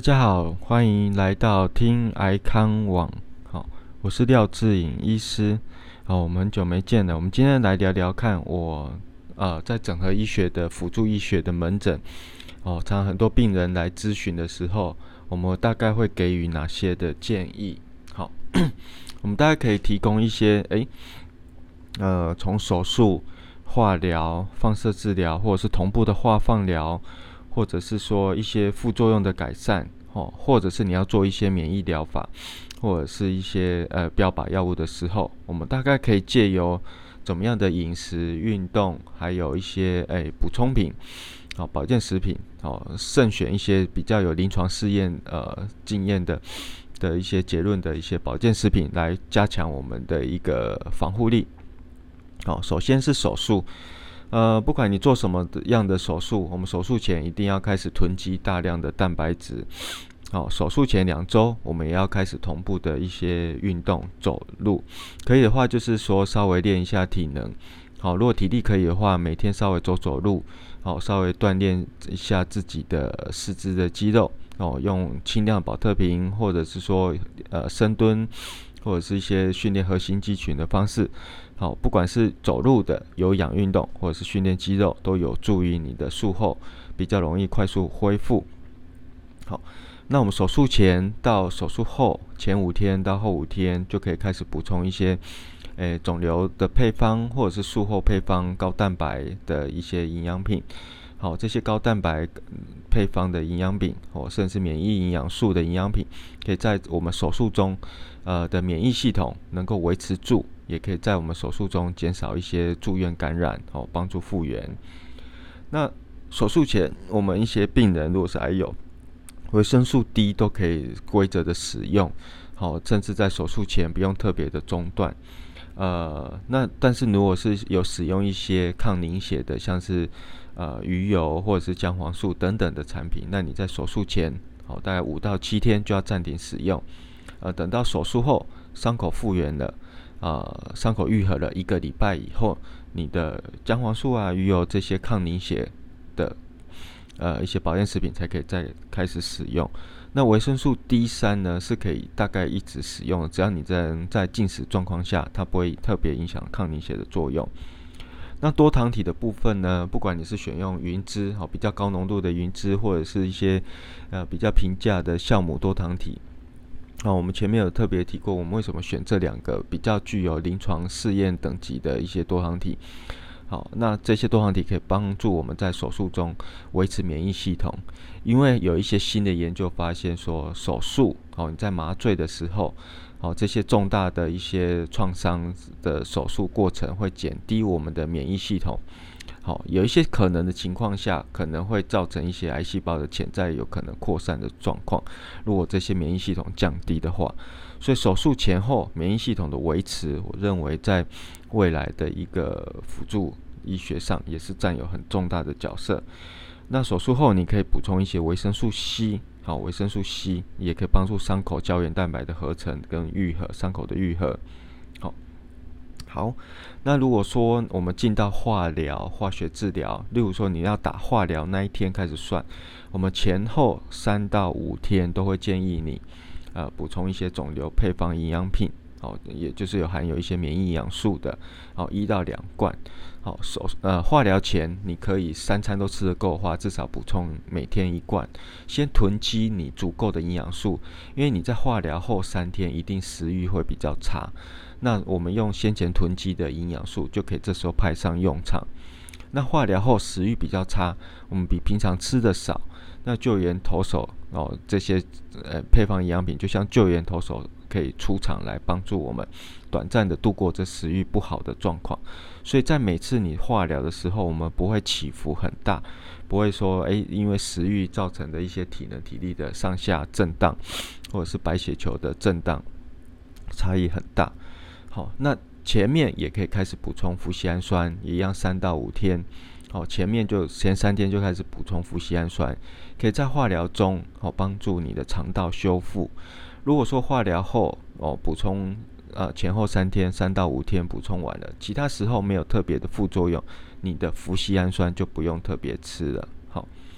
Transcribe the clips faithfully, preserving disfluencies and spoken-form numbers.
家好，欢迎来到听癌康网。好，我是廖志颖医师。好，我们很久没见了。我们今天来聊聊看我呃在整合医学的辅助医学的门诊哦，常常很多病人来咨询的时候，我们大概会给予哪些的建议？好，我们大概可以提供一些诶呃从手术、化疗、放射治疗，或者是同步的化放疗。或者是说一些副作用的改善，哦，或者是你要做一些免疫疗法，或者是一些呃标靶药物的时候，我们大概可以借由怎么样的饮食、运动，还有一些诶补充品，好、哦、保健食品，哦，慎选一些比较有临床试验呃经验的的一些结论的一些保健食品，来加强我们的一个防护力。好、哦，首先是手术。呃，不管你做什么样的手术，我们手术前一定要开始囤积大量的蛋白质。好、哦，手术前两周，我们也要开始同步的一些运动，走路。可以的话，就是说稍微练一下体能。好、哦，如果体力可以的话，每天稍微走走路，好、哦，稍微锻炼一下自己的四肢的肌肉。哦，用轻量保特瓶，或者是说呃深蹲，或者是一些训练核心肌群的方式。好，不管是走路的有氧运动，或者是训练肌肉，都有助于你的术后比较容易快速恢复。好，那我们手术前到手术后前五天到后五天，就可以开始补充一些，诶肿瘤的配方，或者是术后配方高蛋白的一些营养品。好，这些高蛋白配方的营养品，或甚至免疫营养素的营养品，可以在我们手术中，呃的免疫系统能够维持住。也可以在我们手术中减少一些住院感染，哦，帮助复原。那手术前，我们一些病人如果是癌友，维生素 D 都可以规则的使用，好、哦，甚至在手术前不用特别的中断。呃，那但是如果是有使用一些抗凝血的，像是呃鱼油或者是姜黄素等等的产品，那你在手术前，好、哦，大概五到七天就要暂停使用。呃，等到手术后伤口复原了。呃，伤口愈合了一个礼拜以后，你的姜黄素啊、鱼油这些抗凝血的呃一些保健食品才可以再开始使用。那维生素 D 三 呢，是可以大概一直使用的，只要你在在进食状况下，它不会特别影响抗凝血的作用。那多糖体的部分呢，不管你是选用云芝，好、哦、比较高浓度的云芝，或者是一些呃比较平价的酵母多糖体。好、哦，我们前面有特别提过，我们为什么选这两个比较具有临床试验等级的一些多糖体。好，那这些多糖体可以帮助我们在手术中维持免疫系统，因为有一些新的研究发现说，手术，好、哦，你在麻醉的时候，好、哦，这些重大的一些创伤的手术过程会减低我们的免疫系统。好，有一些可能的情况下，可能会造成一些癌细胞的潜在有可能扩散的状况。如果这些免疫系统降低的话，所以手术前后免疫系统的维持，我认为在未来的一个辅助医学上也是占有很重大的角色。那手术后你可以补充一些维生素 C， 好，维生素 C 也可以帮助伤口胶原蛋白的合成跟愈合，伤口的愈合。好。好，那如果说我们进到化疗、化学治疗，例如说你要打化疗那一天开始算，我们前后三到五天都会建议你，呃，补充一些肿瘤配方营养品，哦，也就是有含有一些免疫营养素的，哦，一到两罐。好，手呃化疗前你可以三餐都吃得够的话，至少补充每天一罐，先囤积你足够的营养素，因为你在化疗后三天一定食欲会比较差。那我们用先前囤积的营养素，就可以这时候派上用场。那化疗后食欲比较差，我们比平常吃的少，那救援投手哦，这些呃配方营养品就像救援投手可以出场来帮助我们短暂的度过这食欲不好的状况。所以在每次你化疗的时候，我们不会起伏很大，不会说诶因为食欲造成的一些体能体力的上下震荡，或者是白血球的震荡差异很大。好，那前面也可以开始补充麩酰氨酸，也一样三到五天。好，前面就前三天就开始补充麩酰氨酸，可以在化疗中好帮助你的肠道修复。如果说化疗后哦补充呃前后三天三到五天补充完了，其他时候没有特别的副作用，你的麩酰氨酸就不用特别吃了。好，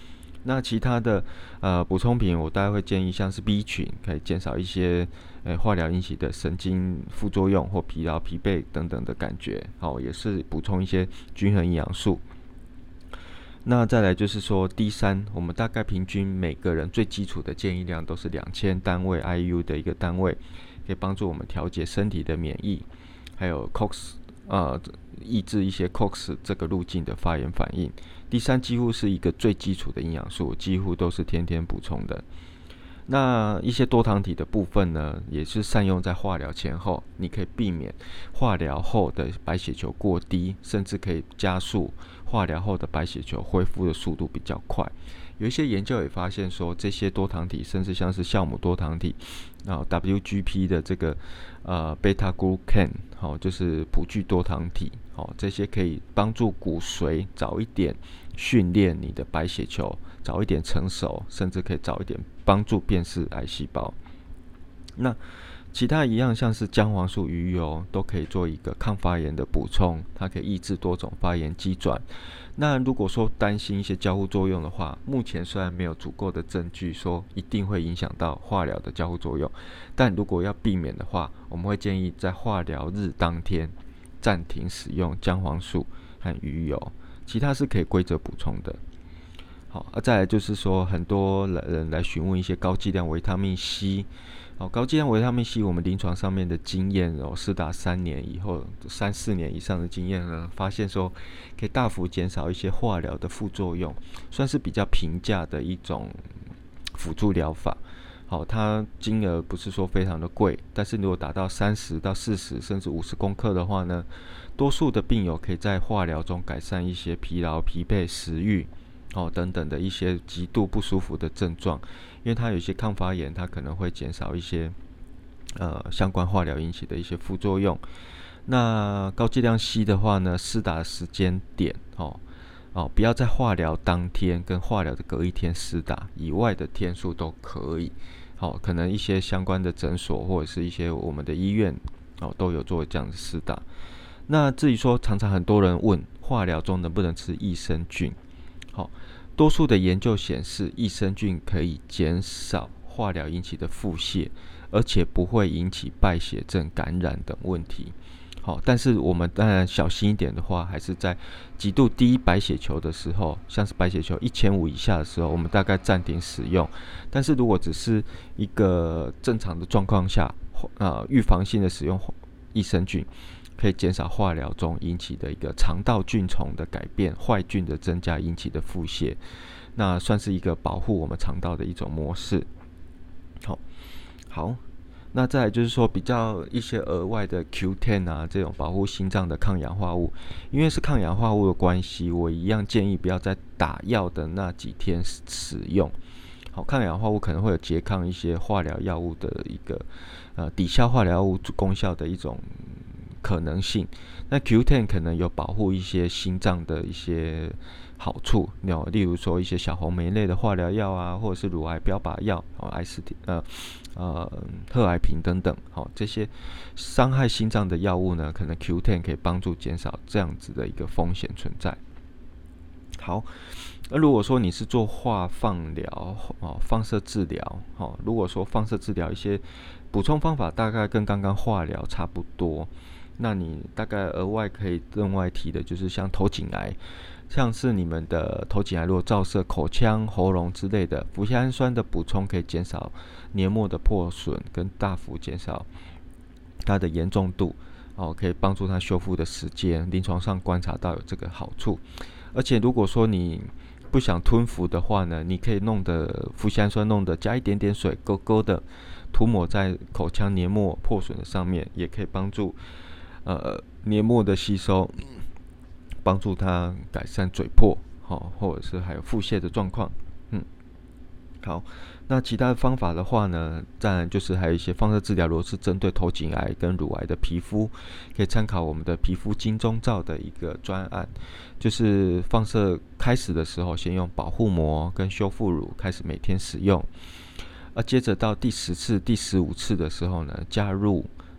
那其他的呃补充品，我大概会建议像是 B 群，可以减少一些呃化疗引起的神经副作用或疲劳、疲惫等等的感觉，好、哦，也是补充一些均衡营养素。那再来就是说 D 三，我们大概平均每个人最基础的建议量都是两千单位 I U 的一个单位，可以帮助我们调节身体的免疫，还有 C O X 呃抑制一些 C O X 这个路径的发炎反应。第三几乎是一个最基础的营养素，几乎都是天天补充的。那一些多糖体的部分呢，也是善用在化疗前后，你可以避免化疗后的白血球过低，甚至可以加速化疗后的白血球恢复的速度比较快。有一些研究也发现说，这些多糖体，甚至像是酵母多糖体，然后 W G P 的这个呃 beta glucan， 好、哦，就是葡聚多糖体，好、哦，这些可以帮助骨髓早一点训练你的白血球，早一点成熟，甚至可以早一点帮助辨识癌细胞。那其他一样，像是姜黄素、鱼油都可以做一个抗发炎的补充，它可以抑制多种发炎机转。那如果说担心一些交互作用的话，目前虽然没有足够的证据说一定会影响到化疗的交互作用，但如果要避免的话，我们会建议在化疗日当天暂停使用姜黄素和鱼油，其他是可以规则补充的。好，啊，再来就是说，很多人来询问一些高剂量维他命 C。好，高剂量维他命 C， 我们临床上面的经验哦，施打三年以后，三四年以上的经验呢，发现说可以大幅减少一些化疗的副作用，算是比较平价的一种辅助疗法。好，它金额不是说非常的贵，但是如果达到三十到四十甚至五十公克的话呢，多数的病友可以在化疗中改善一些疲劳、疲惫、食欲。哦，等等的一些极度不舒服的症状，因为它有一些抗发炎，它可能会减少一些呃相关化疗引起的一些副作用。那高剂量 C 的话呢，施打的时间点哦哦，不要在化疗当天跟化疗的隔一天施打以外的天数都可以。好、哦，可能一些相关的诊所或者是一些我们的医院哦都有做这样的施打。那至于说，常常很多人问化疗中能不能吃益生菌？好，多数的研究显示，益生菌可以减少化疗引起的腹泻，而且不会引起败血症、感染等问题。好，但是我们当然小心一点的话，还是在极度低白血球的时候，像是白血球一千五以下的时候，我们大概暂停使用。但是如果只是一个正常的状况下，呃，预防性的使用益生菌，可以减少化疗中引起的一个肠道菌丛的改变、坏菌的增加引起的腹泻，那算是一个保护我们肠道的一种模式。好，好，那再来就是说比较一些额外的 Q 十 啊，这种保护心脏的抗氧化物，因为是抗氧化物的关系，我一样建议不要在打药的那几天使用。好，抗氧化物可能会有拮抗一些化疗药物的一个呃抵消化疗药物功效的一种可能性。那 Q 十 可能有保护一些心脏的一些好处，例如说一些小红莓类的化疗药啊，或者是乳癌标靶药、哦、艾斯汀呃呃赫癌平等等，好、哦，这些伤害心脏的药物呢，可能 Q 十 可以帮助减少这样子的一个风险存在。好，那如果说你是做化放疗、哦、放射治疗、哦，如果说放射治疗一些补充方法大概跟刚刚化疗差不多，那你大概额外可以另外提的就是像头颈癌，像是你们的头颈癌如果照射口腔、喉咙之类的，脯氨酸的补充可以减少黏膜的破损，跟大幅减少它的严重度，哦，可以帮助它修复的时间，临床上观察到有这个好处。而且如果说你不想吞服的话呢，你可以弄的脯氨酸弄的加一点点水勾勾的涂抹在口腔黏膜破损的上面，也可以帮助呃黏膜的吸收，帮助它改善嘴破、哦、或者是还有腹泻的状况。嗯，好，那其他的方法的话呢，当然就是还有一些放射治疗，如果是针对头颈癌跟乳癌的皮肤，可以参考我们的皮肤金钟罩的一个专案，就是放射开始的时候，先用保护膜跟修复乳开始每天使用，而接着到第十次、第十五次的时候呢，加入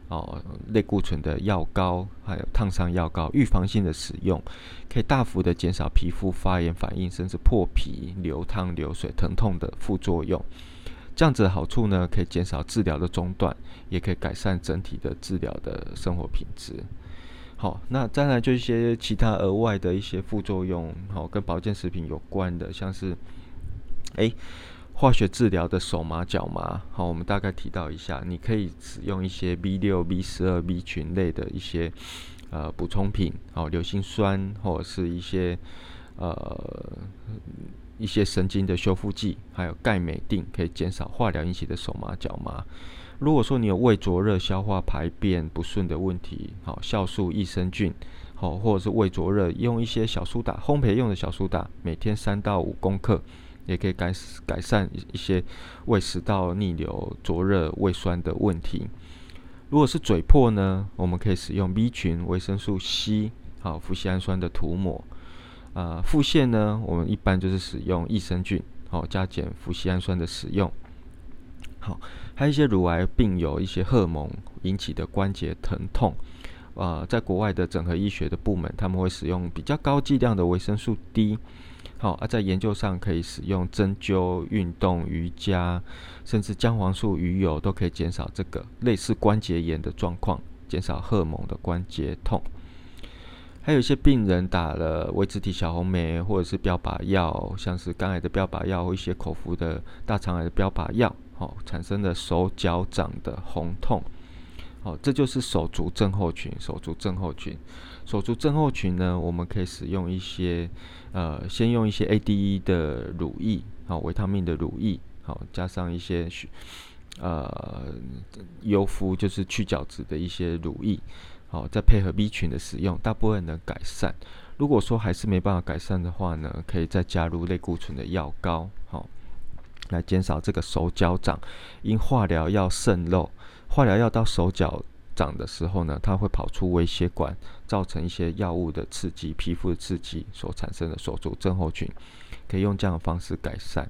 哦，类固醇的药膏，还有烫伤药膏，预防性的使用，可以大幅的减少皮肤发炎反应，甚至破皮、流汤、流水、疼痛的副作用。这样子的好处呢，可以减少治疗的中断，也可以改善整体的治疗的生活品质。好，那再来就一些其他额外的一些副作用，好，跟保健食品有关的，像是，哎。化学治疗的手麻、脚麻，好，我们大概提到一下，你可以使用一些 B 六、B 十二、B 群类的一些呃补充品，好，硫辛酸或者是一些呃一些神经的修复剂，还有钙镁锭，可以减少化疗引起的手麻、脚麻。如果说你有胃灼热、消化排便不顺的问题，好，酵素、益生菌，好，或者是胃灼热，用一些小苏打，烘焙用的小苏打，每天三到五公克。也可以改改善一些胃食道逆流、灼热、胃酸的问题。如果是嘴破呢，我们可以使用 B 群、维生素 C、好脯酰氨酸的涂抹。啊、呃，腹泻呢，我们一般就是使用益生菌，好加减脯酰氨酸的使用。好，还有一些乳癌病友一些荷尔蒙引起的关节疼痛。呃，在国外的整合医学的部门，他们会使用比较高剂量的维生素 D。好，啊，在研究上可以使用针灸、运动、瑜伽，甚至姜黄素、鱼油都可以减少这个类似关节炎的状况，减少荷尔蒙的关节痛。还有一些病人打了维持体小红莓或者是标靶药，像是肝癌的标靶药或一些口服的大肠癌的标靶药，好，产生的手脚掌的红痛。好，这就是手足症候群。手足症候群，手足症候群呢，我们可以使用一些，呃，先用一些 A D E 的乳液，好，维他命的乳液，好，加上一些，呃，优肤就是去角质的一些乳液，好，再配合 B 群的使用，大部分能改善。如果说还是没办法改善的话呢，可以再加入类固醇的药膏，好，来减少这个手脚掌因化疗药渗漏。化疗药到手脚掌的时候呢，它会跑出微血管，造成一些药物的刺激、皮肤的刺激所产生的手足症候群，可以用这样的方式改善。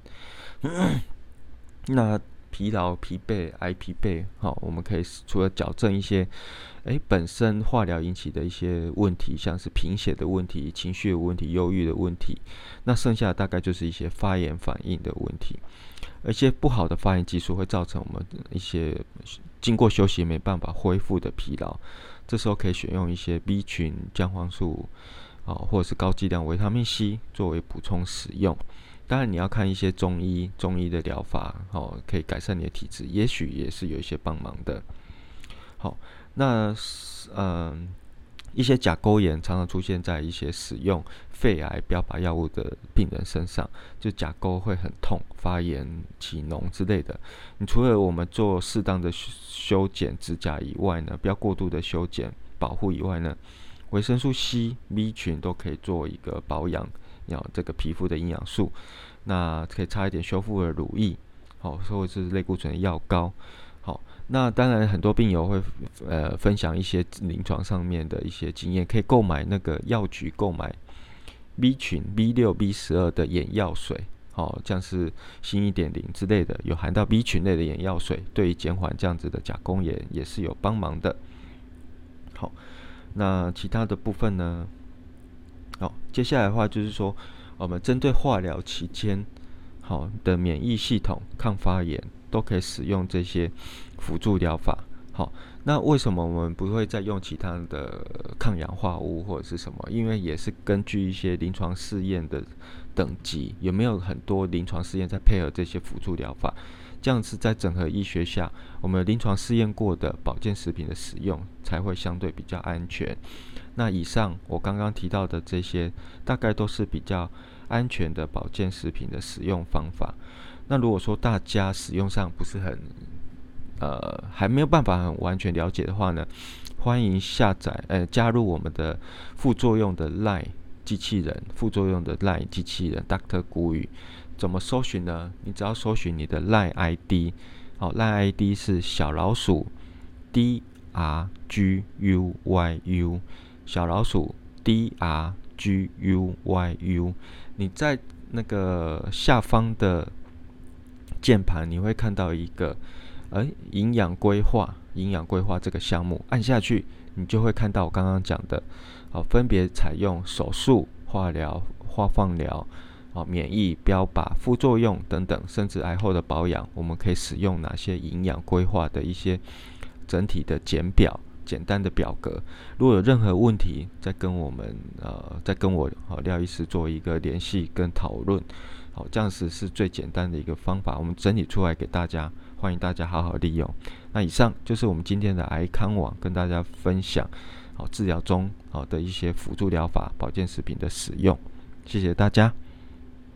那疲劳、疲惫、癌疲惫，好，我们可以除了矫正一些，诶本身化疗引起的一些问题，像是贫血的问题、情绪的问题、忧郁的问题，那剩下的大概就是一些发炎反应的问题。而且不好的发炎激素会造成我们一些经过休息没办法恢复的疲劳，这时候可以选用一些 B 群、姜黄素，哦，或者是高剂量维他命 C 作为补充使用。当然你要看一些中医，中医的疗法，哦，可以改善你的体质，也许也是有一些帮忙的。好，那嗯。呃一些甲沟炎常常出现在一些使用肺癌标靶药物的病人身上，就甲沟会很痛、发炎、起脓之类的。你除了我们做适当的修剪指甲以外呢，不要过度的修剪保护以外呢，维生素 C、B 群都可以做一个保养，要这个皮肤的营养素。那可以擦一点修复的乳液，好，或者是类固醇的药膏。好，那当然很多病友会呃分享一些临床上面的一些经验，可以购买那个药局购买 B 群 B 六 B 十二的眼药水，好，像是新一点零之类的有含到 B 群类的眼药水，对于减缓这样子的甲沟炎也是有帮忙的。好，那其他的部分呢？好，接下来的话就是说，我们针对化疗期间好的免疫系统抗发炎。都可以使用这些辅助疗法。好，那为什么我们不会再用其他的抗氧化物或者是什么？因为也是根据一些临床试验的等级，有没有很多临床试验在配合这些辅助疗法？这样子在整合医学下，我们临床试验过的保健食品的使用才会相对比较安全。那以上我刚刚提到的这些，大概都是比较安全的保健食品的使用方法。那如果说大家使用上不是很呃还没有办法很完全了解的话呢，欢迎下载呃加入我们的副作用的 LINE 机器人，副作用的 LINE 机器人 Doctor 古语。怎么搜寻呢？你只要搜寻你的 LINE I D， 好， LINE I D 是小老鼠 D R G U Y U， 小老鼠 D R G U Y U。 你在那个下方的键盘你会看到一个呃营养规划， 营养规划这个项目，按下去你就会看到我刚刚讲的，哦，分别采用手术、化疗、化放疗、哦，免疫、标靶、副作用等等，甚至癌后的保养，我们可以使用哪些营养规划的一些整体的简表、简单的表格。如果有任何问题，再跟我们呃，再跟我哦廖医师做一个联系跟讨论。好，这样子是最简单的一个方法，我们整理出来给大家，欢迎大家好好利用。那以上就是我们今天的癌康网跟大家分享，好治疗中好的一些辅助疗法、保健食品的使用，谢谢大家。